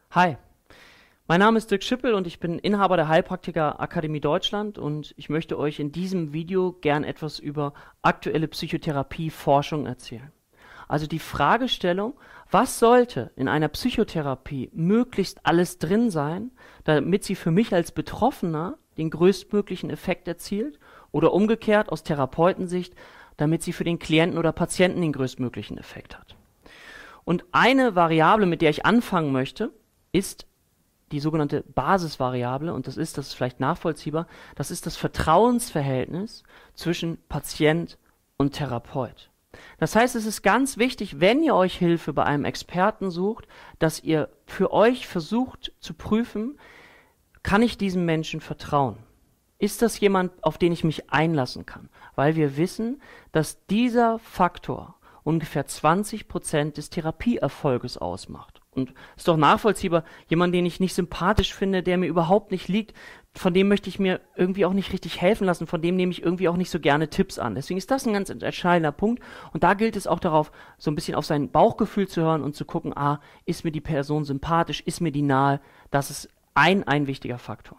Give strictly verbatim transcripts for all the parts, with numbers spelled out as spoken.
Hi, mein Name ist Dirk Schippel und ich bin Inhaber der Heilpraktiker Akademie Deutschland und ich möchte euch in diesem Video gern etwas über aktuelle Psychotherapieforschung erzählen. Also die Fragestellung, was sollte in einer Psychotherapie möglichst alles drin sein, damit sie für mich als Betroffener den größtmöglichen Effekt erzielt, oder umgekehrt aus Therapeutensicht, damit sie für den Klienten oder Patienten den größtmöglichen Effekt hat. Und eine Variable, mit der ich anfangen möchte, ist die sogenannte Basisvariable, und das ist, das ist vielleicht nachvollziehbar, das ist das Vertrauensverhältnis zwischen Patient und Therapeut. Das heißt, es ist ganz wichtig, wenn ihr euch Hilfe bei einem Experten sucht, dass ihr für euch versucht zu prüfen, kann ich diesem Menschen vertrauen? Ist das jemand, auf den ich mich einlassen kann? Weil wir wissen, dass dieser Faktor ungefähr zwanzig Prozent des Therapieerfolges ausmacht. Und ist doch nachvollziehbar, jemand, den ich nicht sympathisch finde, der mir überhaupt nicht liegt, von dem möchte ich mir irgendwie auch nicht richtig helfen lassen, von dem nehme ich irgendwie auch nicht so gerne Tipps an. Deswegen ist das ein ganz entscheidender Punkt. Und da gilt es auch darauf, so ein bisschen auf sein Bauchgefühl zu hören und zu gucken, ah, ist mir die Person sympathisch, ist mir die nahe? Das ist ein, ein wichtiger Faktor.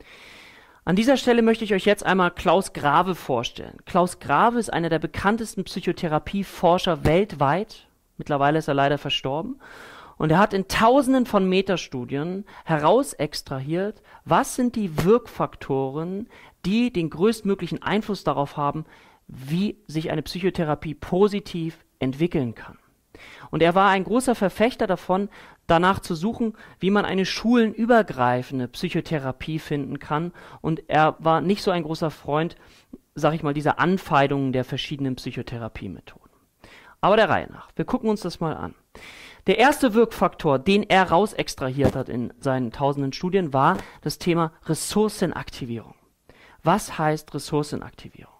An dieser Stelle möchte ich euch jetzt einmal Klaus Grave vorstellen. Klaus Grave ist einer der bekanntesten Psychotherapieforscher weltweit. Mittlerweile ist er leider verstorben. Und er hat in Tausenden von Metastudien herausextrahiert, was sind die Wirkfaktoren, die den größtmöglichen Einfluss darauf haben, wie sich eine Psychotherapie positiv entwickeln kann. Und er war ein großer Verfechter davon, danach zu suchen, wie man eine schulenübergreifende Psychotherapie finden kann. Und er war nicht so ein großer Freund, sag ich mal, dieser Anfeindungen der verschiedenen Psychotherapiemethoden. Aber der Reihe nach. Wir gucken uns das mal an. Der erste Wirkfaktor, den er rausextrahiert hat in seinen tausenden Studien, war das Thema Ressourcenaktivierung. Was heißt Ressourcenaktivierung?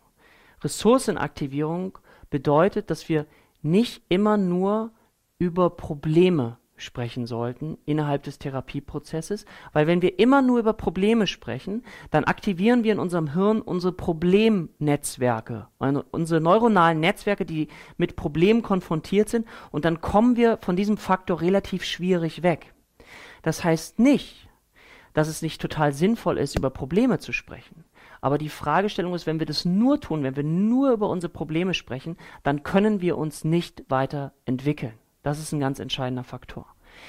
Ressourcenaktivierung bedeutet, dass wir nicht immer nur über Probleme sprechen sollten innerhalb des Therapieprozesses, weil wenn wir immer nur über Probleme sprechen, dann aktivieren wir in unserem Hirn unsere Problemnetzwerke, also unsere neuronalen Netzwerke, die mit Problemen konfrontiert sind, und dann kommen wir von diesem Faktor relativ schwierig weg. Das heißt nicht, dass es nicht total sinnvoll ist, über Probleme zu sprechen. Aber die Fragestellung ist, wenn wir das nur tun, wenn wir nur über unsere Probleme sprechen, dann können wir uns nicht weiterentwickeln. Das ist ein ganz entscheidender Faktor.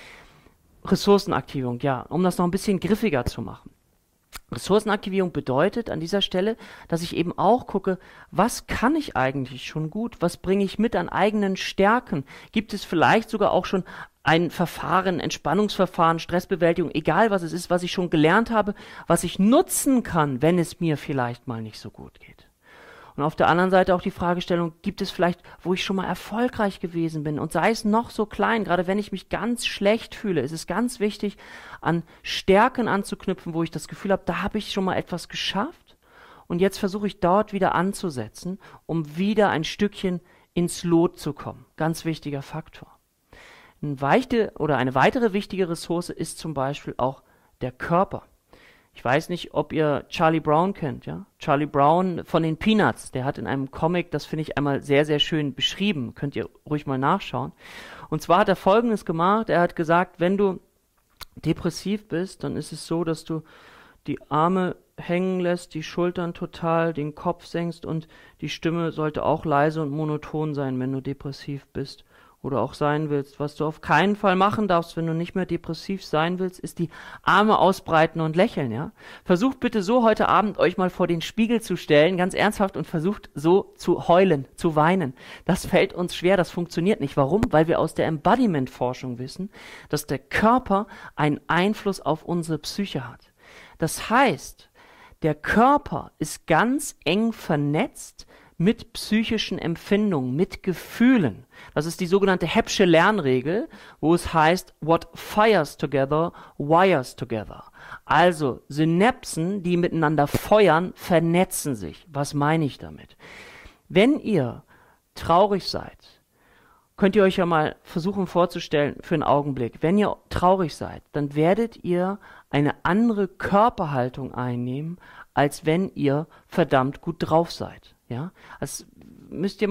Ressourcenaktivierung, ja, um das noch ein bisschen griffiger zu machen. Ressourcenaktivierung bedeutet an dieser Stelle, dass ich eben auch gucke, was kann ich eigentlich schon gut, was bringe ich mit an eigenen Stärken? Gibt es vielleicht sogar auch schon ein Verfahren, Entspannungsverfahren, Stressbewältigung, egal was es ist, was ich schon gelernt habe, was ich nutzen kann, wenn es mir vielleicht mal nicht so gut geht. Und auf der anderen Seite auch die Fragestellung, gibt es vielleicht, wo ich schon mal erfolgreich gewesen bin, und sei es noch so klein, gerade wenn ich mich ganz schlecht fühle, ist es ganz wichtig, an Stärken anzuknüpfen, wo ich das Gefühl habe, da habe ich schon mal etwas geschafft und jetzt versuche ich dort wieder anzusetzen, um wieder ein Stückchen ins Lot zu kommen. Ganz wichtiger Faktor. Ein weichte, oder eine weitere wichtige Ressource ist zum Beispiel auch der Körper. Ich weiß nicht, ob ihr Charlie Brown kennt, ja? Charlie Brown von den Peanuts, der hat in einem Comic, das finde ich einmal sehr, sehr schön beschrieben, könnt ihr ruhig mal nachschauen. Und zwar hat er Folgendes gemacht, er hat gesagt, wenn du depressiv bist, dann ist es so, dass du die Arme hängen lässt, die Schultern total, den Kopf senkst, und die Stimme sollte auch leise und monoton sein, wenn du depressiv bist oder auch sein willst. Was du auf keinen Fall machen darfst, wenn du nicht mehr depressiv sein willst, ist die Arme ausbreiten und lächeln, ja? Versucht bitte so heute Abend euch mal vor den Spiegel zu stellen, ganz ernsthaft, und versucht so zu heulen, zu weinen. Das fällt uns schwer, das funktioniert nicht. Warum? Weil wir aus der Embodiment-Forschung wissen, dass der Körper einen Einfluss auf unsere Psyche hat. Das heißt, der Körper ist ganz eng vernetzt mit psychischen Empfindungen, mit Gefühlen. Das ist die sogenannte Hebbsche Lernregel, wo es heißt, what fires together, wires together. Also Synapsen, die miteinander feuern, vernetzen sich. Was meine ich damit? Wenn ihr traurig seid, könnt ihr euch ja mal versuchen vorzustellen für einen Augenblick, wenn ihr traurig seid, dann werdet ihr eine andere Körperhaltung einnehmen, als wenn ihr verdammt gut drauf seid. Ja, das müsst ihr mal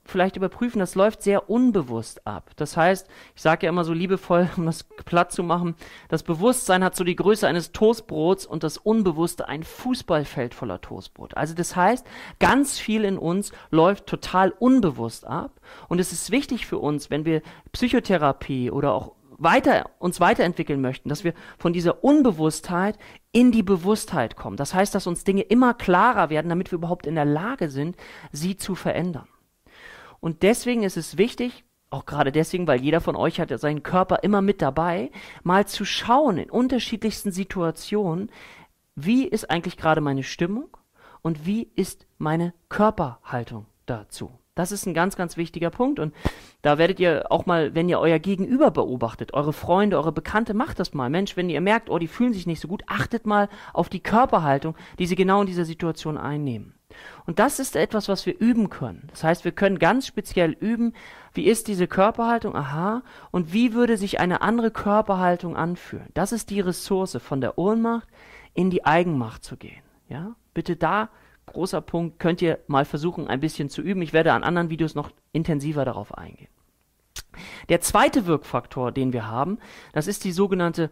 vielleicht überprüfen, das läuft sehr unbewusst ab. Das heißt, ich sage ja immer so liebevoll, um das platt zu machen, das Bewusstsein hat so die Größe eines Toastbrots und das Unbewusste ein Fußballfeld voller Toastbrot. Also das heißt, ganz viel in uns läuft total unbewusst ab und es ist wichtig für uns, wenn wir Psychotherapie oder auch weiter, uns weiterentwickeln möchten, dass wir von dieser Unbewusstheit in die Bewusstheit kommen. Das heißt, dass uns Dinge immer klarer werden, damit wir überhaupt in der Lage sind, sie zu verändern. Und deswegen ist es wichtig, auch gerade deswegen, weil jeder von euch hat ja seinen Körper immer mit dabei, mal zu schauen in unterschiedlichsten Situationen, wie ist eigentlich gerade meine Stimmung und wie ist meine Körperhaltung dazu. Das ist ein ganz, ganz wichtiger Punkt und da werdet ihr auch mal, wenn ihr euer Gegenüber beobachtet, eure Freunde, eure Bekannte, macht das mal. Mensch, wenn ihr merkt, oh, die fühlen sich nicht so gut, achtet mal auf die Körperhaltung, die sie genau in dieser Situation einnehmen. Und das ist etwas, was wir üben können. Das heißt, wir können ganz speziell üben, wie ist diese Körperhaltung, aha, und wie würde sich eine andere Körperhaltung anfühlen. Das ist die Ressource, von der Ohnmacht in die Eigenmacht zu gehen. Ja, bitte da. Großer Punkt, könnt ihr mal versuchen, ein bisschen zu üben. Ich werde an anderen Videos noch intensiver darauf eingehen. Der zweite Wirkfaktor, den wir haben, das ist die sogenannte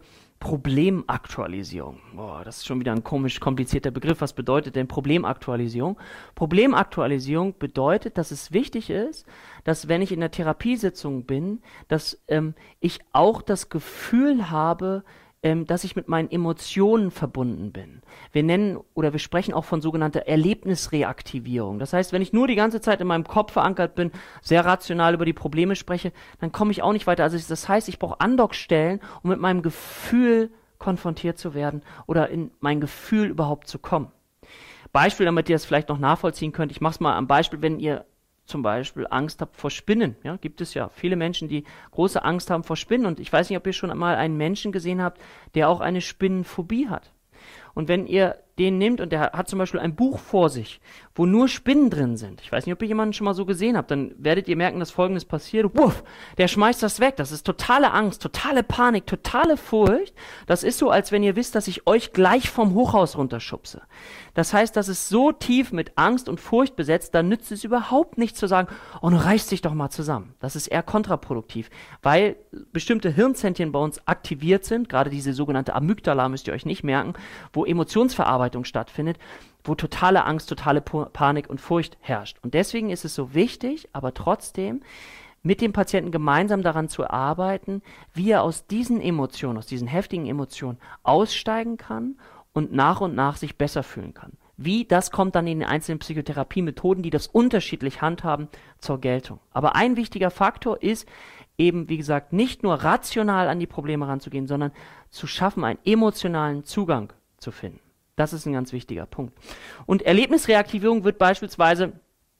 Problemaktualisierung. Boah, das ist schon wieder ein komisch komplizierter Begriff. Was bedeutet denn Problemaktualisierung? Problemaktualisierung bedeutet, dass es wichtig ist, dass wenn ich in der Therapiesitzung bin, dass ähm, ich auch das Gefühl habe, Ähm, dass ich mit meinen Emotionen verbunden bin. Wir nennen oder wir sprechen auch von sogenannter Erlebnisreaktivierung. Das heißt, wenn ich nur die ganze Zeit in meinem Kopf verankert bin, sehr rational über die Probleme spreche, dann komme ich auch nicht weiter. Also das heißt, ich brauche Andockstellen, um mit meinem Gefühl konfrontiert zu werden oder in mein Gefühl überhaupt zu kommen. Beispiel, damit ihr das vielleicht noch nachvollziehen könnt. Ich mache es mal am Beispiel, wenn ihr zum Beispiel Angst habt vor Spinnen. Ja, gibt es ja viele Menschen, die große Angst haben vor Spinnen. Und ich weiß nicht, ob ihr schon mal einen Menschen gesehen habt, der auch eine Spinnenphobie hat. Und wenn ihr den nehmt und der hat zum Beispiel ein Buch vor sich, wo nur Spinnen drin sind, ich weiß nicht, ob ihr jemanden schon mal so gesehen habt, dann werdet ihr merken, dass Folgendes passiert. Wuff, der schmeißt das weg. Das ist totale Angst, totale Panik, totale Furcht. Das ist so, als wenn ihr wisst, dass ich euch gleich vom Hochhaus runterschubse. Das heißt, das ist so tief mit Angst und Furcht besetzt, da nützt es überhaupt nicht zu sagen, oh, nun reißt dich doch mal zusammen. Das ist eher kontraproduktiv, weil bestimmte Hirnzentren bei uns aktiviert sind, gerade diese sogenannte Amygdala, müsst ihr euch nicht merken, wo Emotionsverarbeitung stattfindet, wo totale Angst, totale Panik und Furcht herrscht. Und deswegen ist es so wichtig, aber trotzdem mit dem Patienten gemeinsam daran zu arbeiten, wie er aus diesen Emotionen, aus diesen heftigen Emotionen aussteigen kann und nach und nach sich besser fühlen kann. Wie, das kommt dann in den einzelnen Psychotherapiemethoden, die das unterschiedlich handhaben, zur Geltung. Aber ein wichtiger Faktor ist eben, wie gesagt, nicht nur rational an die Probleme ranzugehen, sondern zu schaffen, einen emotionalen Zugang zu finden. Das ist ein ganz wichtiger Punkt. Und Erlebnisreaktivierung wird beispielsweise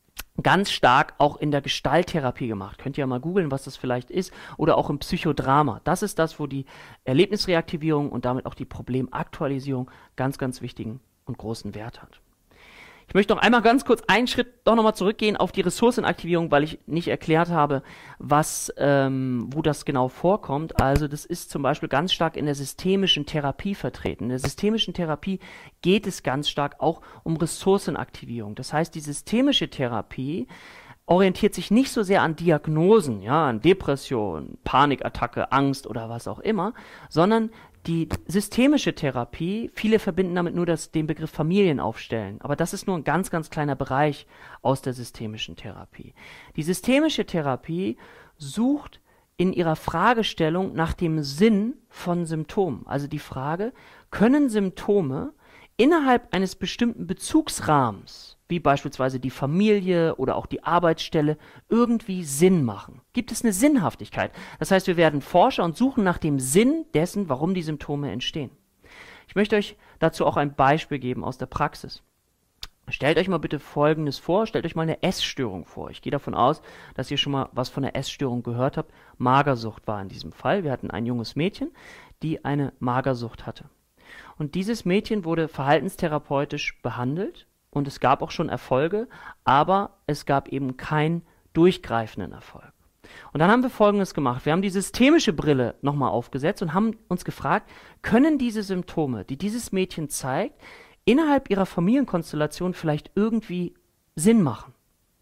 ganz stark auch in der Gestalttherapie gemacht. Könnt ihr ja mal googeln, was das vielleicht ist. Oder auch im Psychodrama. Das ist das, wo die Erlebnisreaktivierung und damit auch die Problemaktualisierung ganz, ganz wichtigen und großen Wert hat. Ich möchte noch einmal ganz kurz einen Schritt doch nochmal zurückgehen auf die Ressourcenaktivierung, weil ich nicht erklärt habe, was, ähm, wo das genau vorkommt. Also das ist zum Beispiel ganz stark in der systemischen Therapie vertreten. In der systemischen Therapie geht es ganz stark auch um Ressourcenaktivierung. Das heißt, die systemische Therapie orientiert sich nicht so sehr an Diagnosen, ja, an Depression, Panikattacke, Angst oder was auch immer, sondern die systemische Therapie, viele verbinden damit nur das, den Begriff Familienaufstellen, aber das ist nur ein ganz, ganz kleiner Bereich aus der systemischen Therapie. Die systemische Therapie sucht in ihrer Fragestellung nach dem Sinn von Symptomen. Also die Frage, können Symptome innerhalb eines bestimmten Bezugsrahmens, wie beispielsweise die Familie oder auch die Arbeitsstelle, irgendwie Sinn machen? Gibt es eine Sinnhaftigkeit? Das heißt, wir werden Forscher und suchen nach dem Sinn dessen, warum die Symptome entstehen. Ich möchte euch dazu auch ein Beispiel geben aus der Praxis. Stellt euch mal bitte Folgendes vor, stellt euch mal eine Essstörung vor. Ich gehe davon aus, dass ihr schon mal was von der Essstörung gehört habt. Magersucht war in diesem Fall. Wir hatten ein junges Mädchen, die eine Magersucht hatte. Und dieses Mädchen wurde verhaltenstherapeutisch behandelt und es gab auch schon Erfolge, aber es gab eben keinen durchgreifenden Erfolg. Und dann haben wir Folgendes gemacht. Wir haben die systemische Brille nochmal aufgesetzt und haben uns gefragt, können diese Symptome, die dieses Mädchen zeigt, innerhalb ihrer Familienkonstellation vielleicht irgendwie Sinn machen?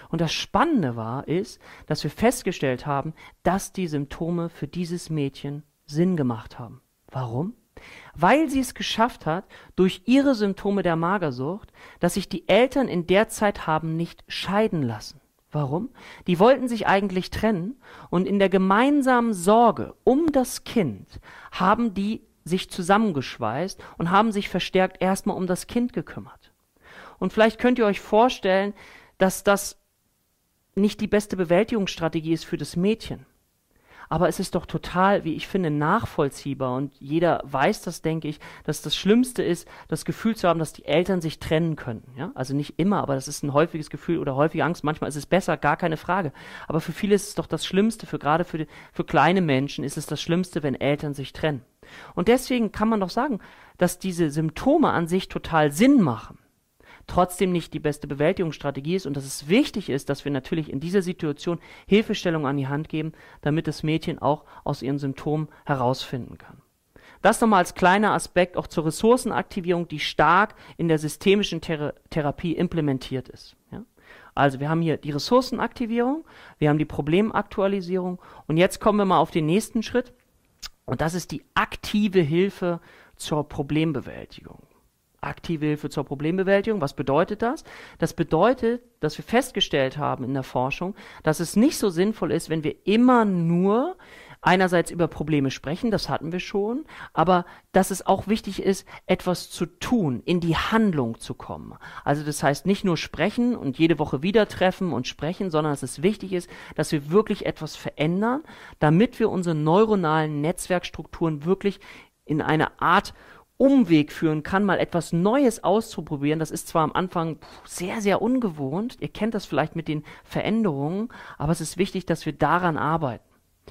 Und das Spannende war, ist, dass wir festgestellt haben, dass die Symptome für dieses Mädchen Sinn gemacht haben. Warum? Weil sie es geschafft hat, durch ihre Symptome der Magersucht, dass sich die Eltern in der Zeit haben nicht scheiden lassen. Warum? Die wollten sich eigentlich trennen und in der gemeinsamen Sorge um das Kind haben die sich zusammengeschweißt und haben sich verstärkt erstmal um das Kind gekümmert. Und vielleicht könnt ihr euch vorstellen, dass das nicht die beste Bewältigungsstrategie ist für das Mädchen. Aber es ist doch total, wie ich finde, nachvollziehbar und jeder weiß das, denke ich, dass das Schlimmste ist, das Gefühl zu haben, dass die Eltern sich trennen könnten. Ja? Also nicht immer, aber das ist ein häufiges Gefühl oder häufige Angst. Manchmal ist es besser, gar keine Frage. Aber für viele ist es doch das Schlimmste, für gerade für, die, für kleine Menschen ist es das Schlimmste, wenn Eltern sich trennen. Und deswegen kann man doch sagen, dass diese Symptome an sich total Sinn machen. Trotzdem nicht die beste Bewältigungsstrategie ist und dass es wichtig ist, dass wir natürlich in dieser Situation Hilfestellung an die Hand geben, damit das Mädchen auch aus ihren Symptomen herausfinden kann. Das nochmal als kleiner Aspekt auch zur Ressourcenaktivierung, die stark in der systemischen Thera- Therapie implementiert ist. Ja? Also wir haben hier die Ressourcenaktivierung, wir haben die Problemaktualisierung und jetzt kommen wir mal auf den nächsten Schritt und das ist die aktive Hilfe zur Problembewältigung. Aktive Hilfe zur Problembewältigung. Was bedeutet das? Das bedeutet, dass wir festgestellt haben in der Forschung, dass es nicht so sinnvoll ist, wenn wir immer nur einerseits über Probleme sprechen, das hatten wir schon, aber dass es auch wichtig ist, etwas zu tun, in die Handlung zu kommen. Also das heißt nicht nur sprechen und jede Woche wieder treffen und sprechen, sondern dass es wichtig ist, dass wir wirklich etwas verändern, damit wir unsere neuronalen Netzwerkstrukturen wirklich in eine Art Umweg führen kann, mal etwas Neues auszuprobieren. Das ist zwar am Anfang sehr, sehr ungewohnt. Ihr kennt das vielleicht mit den Veränderungen, aber es ist wichtig, dass wir daran arbeiten.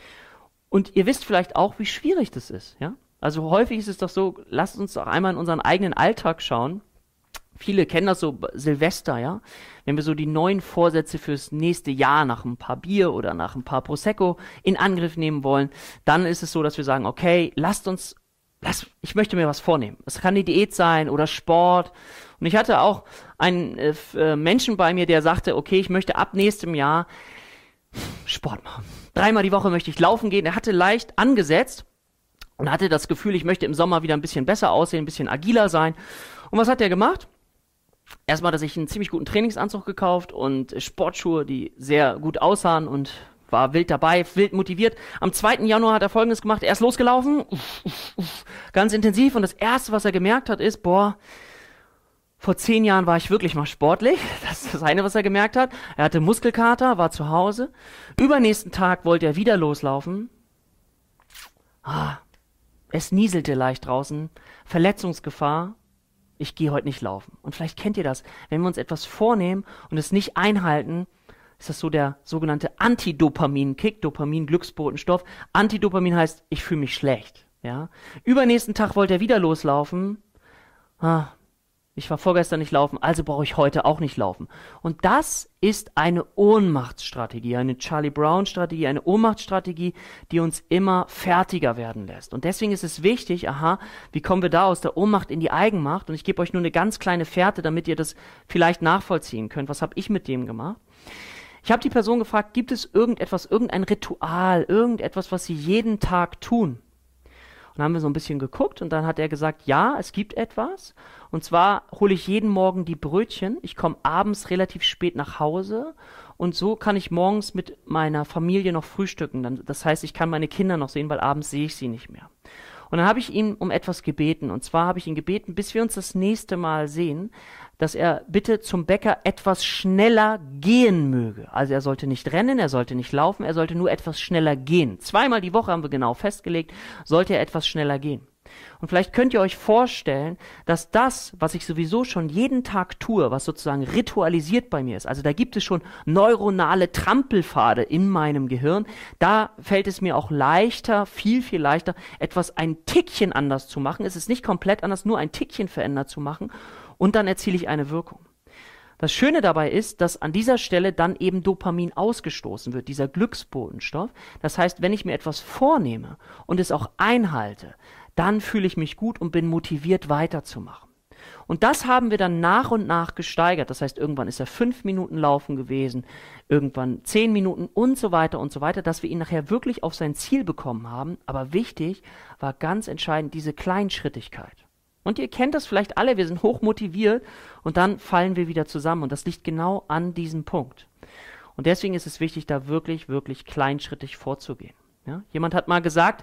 Und ihr wisst vielleicht auch, wie schwierig das ist. Ja? Also häufig ist es doch so, lasst uns doch einmal in unseren eigenen Alltag schauen. Viele kennen das so, Silvester, ja. Wenn wir so die neuen Vorsätze fürs nächste Jahr nach ein paar Bier oder nach ein paar Prosecco in Angriff nehmen wollen, dann ist es so, dass wir sagen, okay, lasst uns Lass, ich möchte mir was vornehmen. Es kann die Diät sein oder Sport. Und ich hatte auch einen äh, Menschen bei mir, der sagte, okay, ich möchte ab nächstem Jahr Sport machen. Dreimal die Woche möchte ich laufen gehen. Er hatte leicht angesetzt und hatte das Gefühl, ich möchte im Sommer wieder ein bisschen besser aussehen, ein bisschen agiler sein. Und was hat er gemacht? Erstmal hat er sich einen ziemlich guten Trainingsanzug gekauft und Sportschuhe, die sehr gut aussahen und war wild dabei, wild motiviert. Am zweiten Januar hat er Folgendes gemacht. Er ist losgelaufen, uff, uff, uff, ganz intensiv. Und das Erste, was er gemerkt hat, ist, boah, vor zehn Jahren war ich wirklich mal sportlich. Das ist das eine, was er gemerkt hat. Er hatte Muskelkater, war zu Hause. Übernächsten Tag wollte er wieder loslaufen. Ah, es nieselte leicht draußen. Verletzungsgefahr. Ich gehe heute nicht laufen. Und vielleicht kennt ihr das. Wenn wir uns etwas vornehmen und es nicht einhalten, ist das so der sogenannte Antidopamin-Kick, Dopamin, Glücksbotenstoff. Antidopamin heißt, ich fühle mich schlecht. Ja? Übernächsten Tag wollte er wieder loslaufen. Ah, ich war vorgestern nicht laufen, also brauche ich heute auch nicht laufen. Und das ist eine Ohnmachtsstrategie, eine Charlie Brown-Strategie, eine Ohnmachtsstrategie, die uns immer fertiger werden lässt. Und deswegen ist es wichtig, aha, wie kommen wir da aus der Ohnmacht in die Eigenmacht? Und ich gebe euch nur eine ganz kleine Fährte, damit ihr das vielleicht nachvollziehen könnt. Was habe ich mit dem gemacht? Ich habe die Person gefragt, gibt es irgendetwas, irgendein Ritual, irgendetwas, was sie jeden Tag tun? Und dann haben wir so ein bisschen geguckt und dann hat er gesagt, ja, es gibt etwas. Und zwar hole ich jeden Morgen die Brötchen. Ich komme abends relativ spät nach Hause und so kann ich morgens mit meiner Familie noch frühstücken. Das heißt, ich kann meine Kinder noch sehen, weil abends sehe ich sie nicht mehr. Und dann habe ich ihn um etwas gebeten. Und zwar habe ich ihn gebeten, bis wir uns das nächste Mal sehen, dass er bitte zum Bäcker etwas schneller gehen möge. Also er sollte nicht rennen, er sollte nicht laufen, er sollte nur etwas schneller gehen. Zweimal die Woche haben wir genau festgelegt, sollte er etwas schneller gehen. Und vielleicht könnt ihr euch vorstellen, dass das, was ich sowieso schon jeden Tag tue, was sozusagen ritualisiert bei mir ist, also da gibt es schon neuronale Trampelpfade in meinem Gehirn, da fällt es mir auch leichter, viel, viel leichter, etwas ein Tickchen anders zu machen. Es ist nicht komplett anders, nur ein Tickchen verändert zu machen und dann erziele ich eine Wirkung. Das Schöne dabei ist, dass an dieser Stelle dann eben Dopamin ausgestoßen wird, dieser Glücksbotenstoff. Das heißt, wenn ich mir etwas vornehme und es auch einhalte, dann fühle ich mich gut und bin motiviert weiterzumachen. Und das haben wir dann nach und nach gesteigert. Das heißt, irgendwann ist er fünf Minuten laufen gewesen, irgendwann zehn Minuten und so weiter und so weiter, dass wir ihn nachher wirklich auf sein Ziel bekommen haben. Aber wichtig war ganz entscheidend diese Kleinschrittigkeit. Und ihr kennt das vielleicht alle, wir sind hoch motiviert und dann fallen wir wieder zusammen. Und das liegt genau an diesem Punkt. Und deswegen ist es wichtig, da wirklich, wirklich kleinschrittig vorzugehen. Ja? Jemand hat mal gesagt,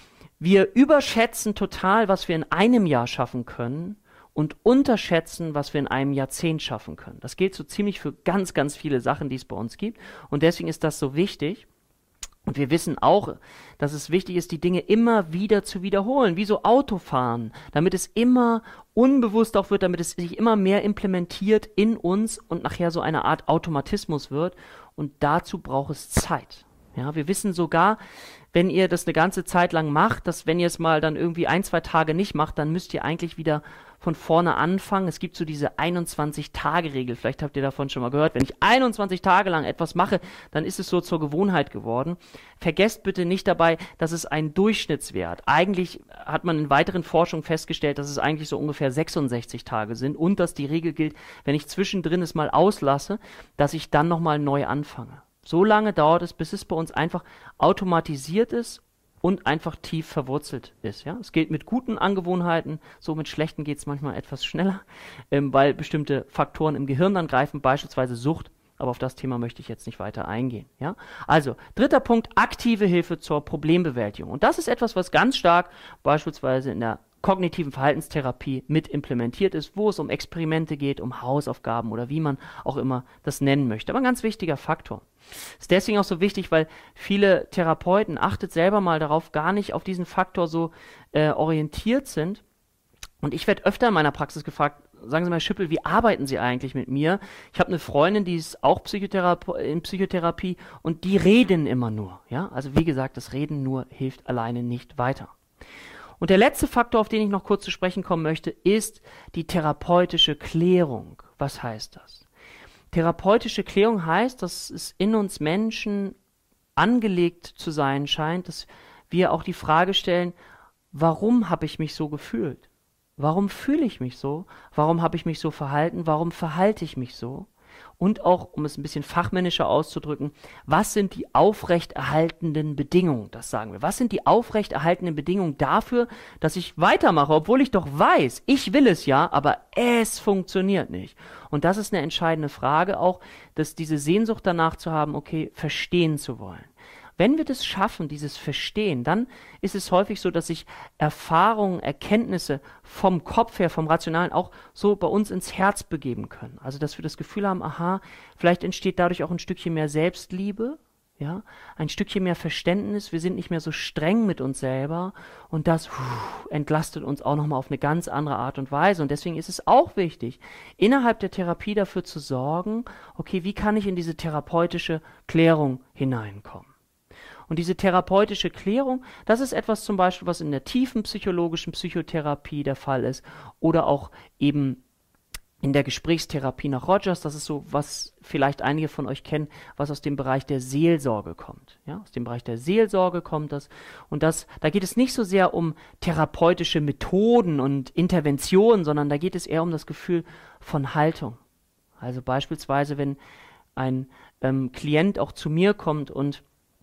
wir überschätzen total, was wir in einem Jahr schaffen können und unterschätzen, was wir in einem Jahrzehnt schaffen können. Das gilt so ziemlich für ganz, ganz viele Sachen, die es bei uns gibt. Und deswegen ist das so wichtig. Und wir wissen auch, dass es wichtig ist, die Dinge immer wieder zu wiederholen, wie so Autofahren, damit es immer unbewusst auch wird, damit es sich immer mehr implementiert in uns und nachher so eine Art Automatismus wird. Und dazu braucht es Zeit. Ja, wir wissen sogar, wenn ihr das eine ganze Zeit lang macht, dass wenn ihr es mal dann irgendwie ein, zwei Tage nicht macht, dann müsst ihr eigentlich wieder von vorne anfangen. Es gibt so diese einundzwanzig-Tage-Regel, vielleicht habt ihr davon schon mal gehört. Wenn ich einundzwanzig Tage lang etwas mache, dann ist es so zur Gewohnheit geworden. Vergesst bitte nicht dabei, dass es ein Durchschnittswert. Eigentlich hat man in weiteren Forschungen festgestellt, dass es eigentlich so ungefähr sechsundsechzig Tage sind und dass die Regel gilt, wenn ich zwischendrin es mal auslasse, dass ich dann nochmal neu anfange. So lange dauert es, bis es bei uns einfach automatisiert ist und einfach tief verwurzelt ist. Ja? Es gilt mit guten Angewohnheiten, so mit schlechten geht es manchmal etwas schneller, ähm, weil bestimmte Faktoren im Gehirn dann greifen, beispielsweise Sucht, aber auf das Thema möchte ich jetzt nicht weiter eingehen. Ja? Also, dritter Punkt, aktive Hilfe zur Problembewältigung. Und das ist etwas, was ganz stark beispielsweise in der kognitiven Verhaltenstherapie mit implementiert ist, wo es um Experimente geht, um Hausaufgaben oder wie man auch immer das nennen möchte. Aber ein ganz wichtiger Faktor. Ist deswegen auch so wichtig, weil viele Therapeuten, achtet selber mal darauf, gar nicht auf diesen Faktor so äh, orientiert sind. Und ich werde öfter in meiner Praxis gefragt, sagen Sie mal, Schüppel, wie arbeiten Sie eigentlich mit mir? Ich habe eine Freundin, die ist auch Psychotherape in Psychotherapie und die reden immer nur. Ja? Also wie gesagt, das Reden nur hilft alleine nicht weiter. Und der letzte Faktor, auf den ich noch kurz zu sprechen kommen möchte, ist die therapeutische Klärung. Was heißt das? Therapeutische Klärung heißt, dass es in uns Menschen angelegt zu sein scheint, dass wir auch die Frage stellen, warum habe ich mich so gefühlt? Warum fühle ich mich so? Warum habe ich mich so verhalten? Warum verhalte ich mich so? Und auch, um es ein bisschen fachmännischer auszudrücken, was sind die aufrechterhaltenden Bedingungen? Das sagen wir. Was sind die aufrechterhaltenden Bedingungen dafür, dass ich weitermache, obwohl ich doch weiß, ich will es ja, aber es funktioniert nicht. Und das ist eine entscheidende Frage auch, dass diese Sehnsucht danach zu haben, okay, verstehen zu wollen. Wenn wir das schaffen, dieses Verstehen, dann ist es häufig so, dass sich Erfahrungen, Erkenntnisse vom Kopf her, vom Rationalen auch so bei uns ins Herz begeben können. Also, dass wir das Gefühl haben, aha, vielleicht entsteht dadurch auch ein Stückchen mehr Selbstliebe, ja, ein Stückchen mehr Verständnis. Wir sind nicht mehr so streng mit uns selber und das puh, entlastet uns auch nochmal auf eine ganz andere Art und Weise. Und deswegen ist es auch wichtig, innerhalb der Therapie dafür zu sorgen, okay, wie kann ich in diese therapeutische Klärung hineinkommen? Und diese therapeutische Klärung, das ist etwas zum Beispiel, was in der tiefen psychologischen Psychotherapie der Fall ist oder auch eben in der Gesprächstherapie nach Rogers. Das ist so, was vielleicht einige von euch kennen, was aus dem Bereich der Seelsorge kommt. Ja, aus dem Bereich der Seelsorge kommt das. Und das, da geht es nicht so sehr um therapeutische Methoden und Interventionen, sondern da geht es eher um das Gefühl von Haltung. Also beispielsweise, wenn ein ähm, Klient auch zu mir kommt und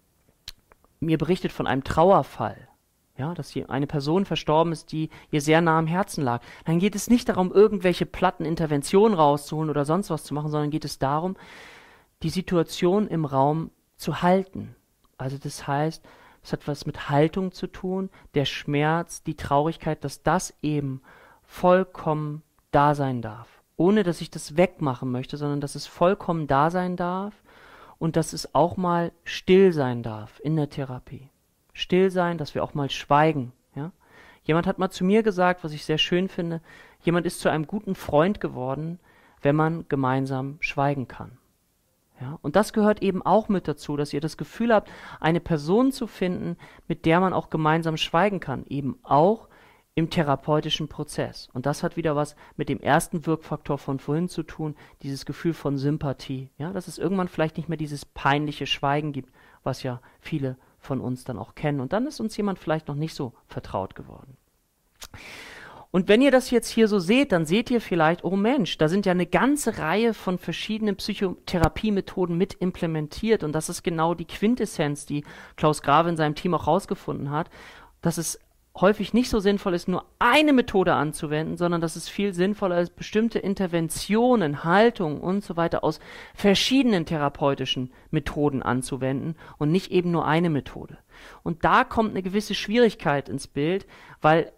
mir berichtet von einem Trauerfall, ja, dass hier eine Person verstorben ist, die ihr sehr nah am Herzen lag, dann geht es nicht darum, irgendwelche platten Interventionen rauszuholen oder sonst was zu machen, sondern geht es darum, die Situation im Raum zu halten. Also das heißt, es hat was mit Haltung zu tun, der Schmerz, die Traurigkeit, dass das eben vollkommen da sein darf. Ohne, dass ich das wegmachen möchte, sondern dass es vollkommen da sein darf. Und dass es auch mal still sein darf in der Therapie. Still sein, dass wir auch mal schweigen. Ja? Jemand hat mal zu mir gesagt, was ich sehr schön finde, jemand ist zu einem guten Freund geworden, wenn man gemeinsam schweigen kann. Ja? Und das gehört eben auch mit dazu, dass ihr das Gefühl habt, eine Person zu finden, mit der man auch gemeinsam schweigen kann. Eben auch im therapeutischen Prozess. Und das hat wieder was mit dem ersten Wirkfaktor von vorhin zu tun, dieses Gefühl von Sympathie. Ja, dass es irgendwann vielleicht nicht mehr dieses peinliche Schweigen gibt, was ja viele von uns dann auch kennen. Und dann ist uns jemand vielleicht noch nicht so vertraut geworden. Und wenn ihr das jetzt hier so seht, dann seht ihr vielleicht, oh Mensch, da sind ja eine ganze Reihe von verschiedenen Psychotherapiemethoden mit implementiert. Und das ist genau die Quintessenz, die Klaus Grave in seinem Team auch rausgefunden hat, dass es häufig nicht so sinnvoll ist, nur eine Methode anzuwenden, sondern dass es viel sinnvoller ist, bestimmte Interventionen, Haltungen und so weiter aus verschiedenen therapeutischen Methoden anzuwenden und nicht eben nur eine Methode. Und da kommt eine gewisse Schwierigkeit ins Bild, weil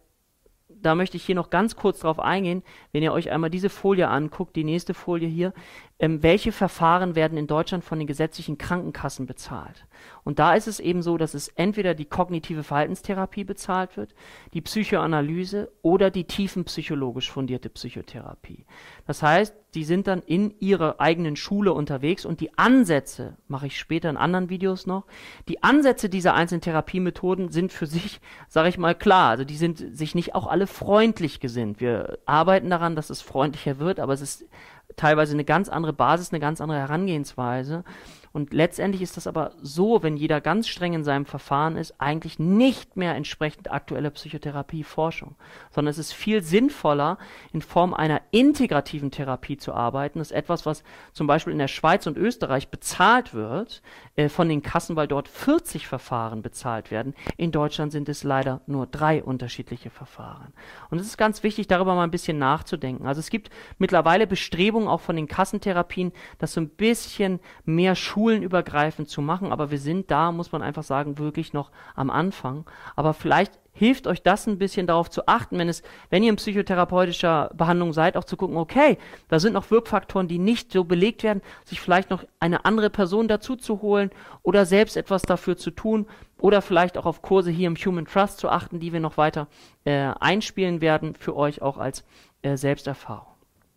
da möchte ich hier noch ganz kurz drauf eingehen, wenn ihr euch einmal diese Folie anguckt, die nächste Folie hier, ähm, welche Verfahren werden in Deutschland von den gesetzlichen Krankenkassen bezahlt? Und da ist es eben so, dass es entweder die kognitive Verhaltenstherapie bezahlt wird, die Psychoanalyse oder die tiefenpsychologisch fundierte Psychotherapie. Das heißt, die sind dann in ihrer eigenen Schule unterwegs und die Ansätze, mache ich später in anderen Videos noch, die Ansätze dieser einzelnen Therapiemethoden sind für sich, sage ich mal, klar. Also die sind sich nicht auch alle freundlich gesinnt. Wir arbeiten daran, dass es freundlicher wird, aber es ist teilweise eine ganz andere Basis, eine ganz andere Herangehensweise. Und letztendlich ist das aber so, wenn jeder ganz streng in seinem Verfahren ist, eigentlich nicht mehr entsprechend aktueller Psychotherapieforschung, sondern es ist viel sinnvoller, in Form einer integrativen Therapie zu arbeiten. Das ist etwas, was zum Beispiel in der Schweiz und Österreich bezahlt wird äh, von den Kassen, weil dort vierzig Verfahren bezahlt werden. In Deutschland sind es leider nur drei unterschiedliche Verfahren. Und es ist ganz wichtig, darüber mal ein bisschen nachzudenken. Also es gibt mittlerweile Bestrebungen auch von den Kassentherapien, das so ein bisschen mehr schulenübergreifend zu machen, aber wir sind da, muss man einfach sagen, wirklich noch am Anfang. Aber vielleicht hilft euch das ein bisschen darauf zu achten, wenn es, wenn ihr in psychotherapeutischer Behandlung seid, auch zu gucken, okay, da sind noch Wirkfaktoren, die nicht so belegt werden, sich vielleicht noch eine andere Person dazu zu holen oder selbst etwas dafür zu tun oder vielleicht auch auf Kurse hier im Human Trust zu achten, die wir noch weiter äh, einspielen werden, für euch auch als äh, Selbsterfahrung.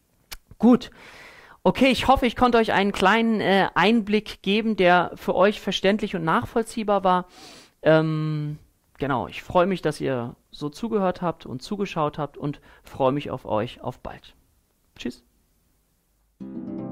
Gut. Okay, ich hoffe, ich konnte euch einen kleinen äh, Einblick geben, der für euch verständlich und nachvollziehbar war. Ähm, genau, ich freue mich, dass ihr so zugehört habt und zugeschaut habt und freue mich auf euch. Auf bald. Tschüss.